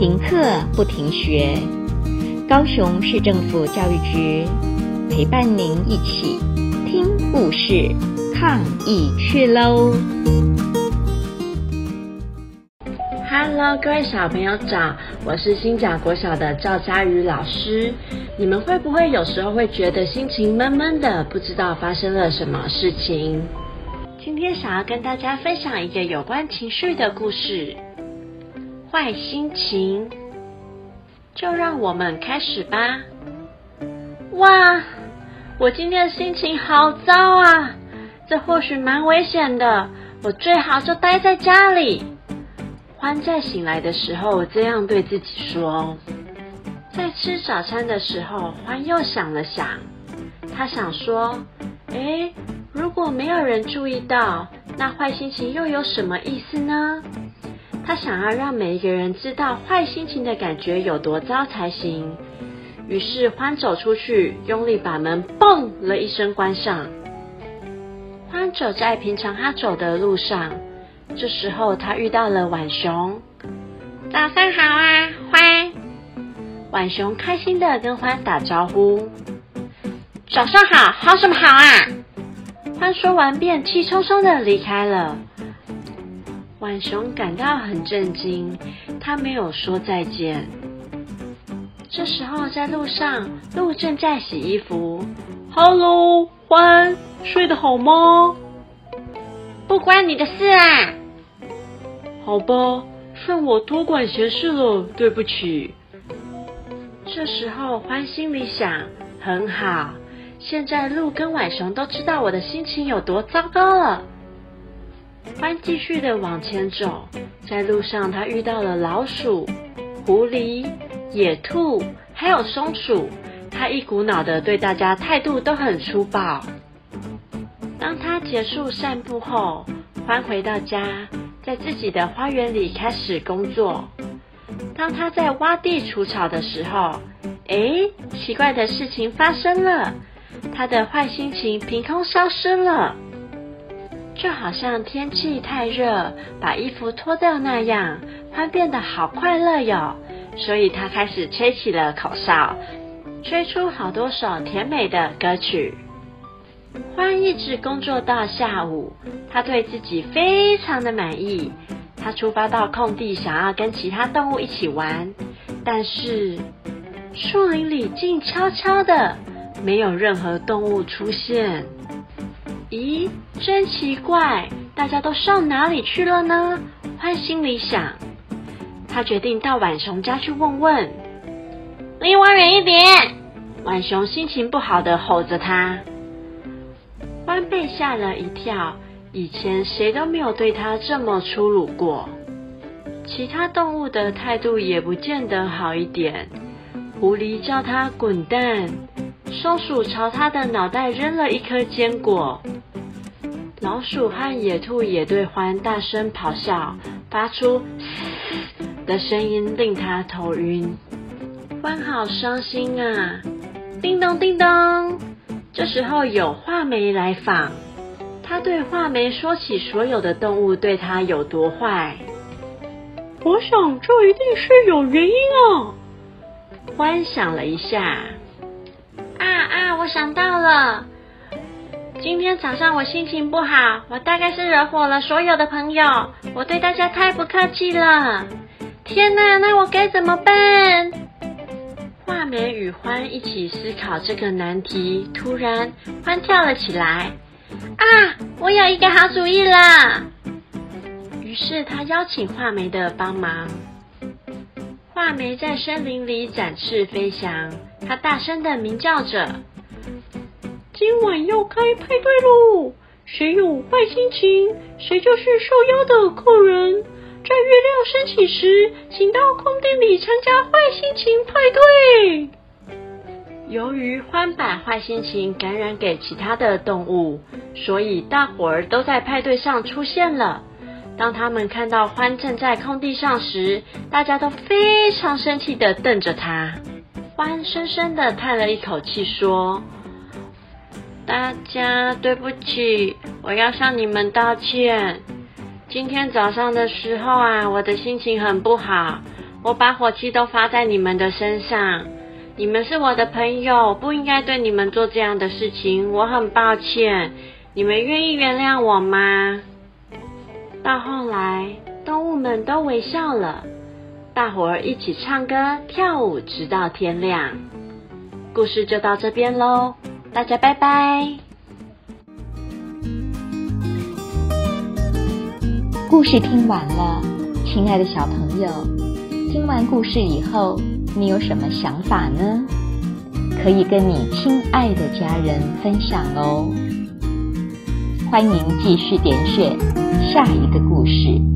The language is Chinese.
停课不停学，高雄市政府教育局陪伴您一起听故事，抗疫去喽 ！Hello， 各位小朋友早，我是新甲国小的赵佳瑜老师。你们会不会有时候会觉得心情闷闷的，不知道发生了什么事情？今天想要跟大家分享一个有关情绪的故事，坏心情。就让我们开始吧。哇，我今天的心情好糟啊，这或许蛮危险的，我最好就待在家里。欢在醒来的时候这样对自己说。在吃早餐的时候，欢又想了想，他想说，如果没有人注意到，那坏心情又有什么意思呢？他想要让每一个人知道坏心情的感觉有多糟才行。于是欢走出去，用力把门嘣了一声关上。欢走在平常他走的路上，这时候他遇到了浣熊。早上好啊，欢。浣熊开心的跟欢打招呼。早上好，好什么好啊？欢说完便气冲冲的离开了。浣熊感到很震惊，他没有说再见。这时候在路上，鹿正在洗衣服。Hello， 欢，睡得好吗？不关你的事啊。好吧，算我多管闲事了，对不起。这时候欢心里想，很好，现在鹿跟浣熊都知道我的心情有多糟糕了。欢继续的往前走，在路上他遇到了老鼠、狐狸、野兔还有松鼠，他一股脑的对大家态度都很粗暴。当他结束散步后，欢回到家，在自己的花园里开始工作。当他在挖地除草的时候，奇怪的事情发生了，他的坏心情凭空消失了。就好像天气太热，把衣服脱掉那样，欢变得好快乐哟。所以他开始吹起了口哨，吹出好多首甜美的歌曲。欢一直工作到下午，他对自己非常的满意。他出发到空地，想要跟其他动物一起玩，但是树林里静悄悄的，没有任何动物出现。咦，真奇怪，大家都上哪里去了呢？欢心里想。他决定到浣熊家去问问。离我远一点！浣熊心情不好的吼着他。欢被吓了一跳，以前谁都没有对他这么粗鲁过。其他动物的态度也不见得好一点。狐狸叫他滚蛋，松鼠朝他的脑袋扔了一颗坚果。老鼠和野兔也对欢大声咆哮，发出嘶的声音，令他头晕。欢好伤心啊！叮咚叮咚，这时候有画眉来访。他对画眉说起所有的动物对他有多坏。我想这一定是有原因啊。欢想了一下，我想到了。今天早上我心情不好，我大概是惹火了所有的朋友，我对大家太不客气了。天哪，那我该怎么办？画眉与欢一起思考这个难题，突然欢跳了起来。我有一个好主意了！于是他邀请画眉的帮忙。画眉在森林里展翅飞翔，他大声地鸣叫着：今晚要开派对喽！谁有坏心情，谁就是受邀的客人。在月亮升起时，请到空地里参加坏心情派对。由于欢把坏心情感染给其他的动物，所以大伙儿都在派对上出现了。当他们看到欢正在空地上时，大家都非常生气地瞪着他。欢深深地叹了一口气说：大家对不起，我要向你们道歉。今天早上的时候我的心情很不好， 我把火气都发在你们的身上。你们是我的朋友，不应该对你们做这样的事情，我很抱歉。你们愿意原谅我吗？到后来，动物们都微笑了，大伙儿一起唱歌跳舞，直到天亮。故事就到这边咯，大家拜拜。 故事听完了，亲爱的小朋友，听完故事以后，你有什么想法呢？可以跟你亲爱的家人分享哦。欢迎继续点选下一个故事。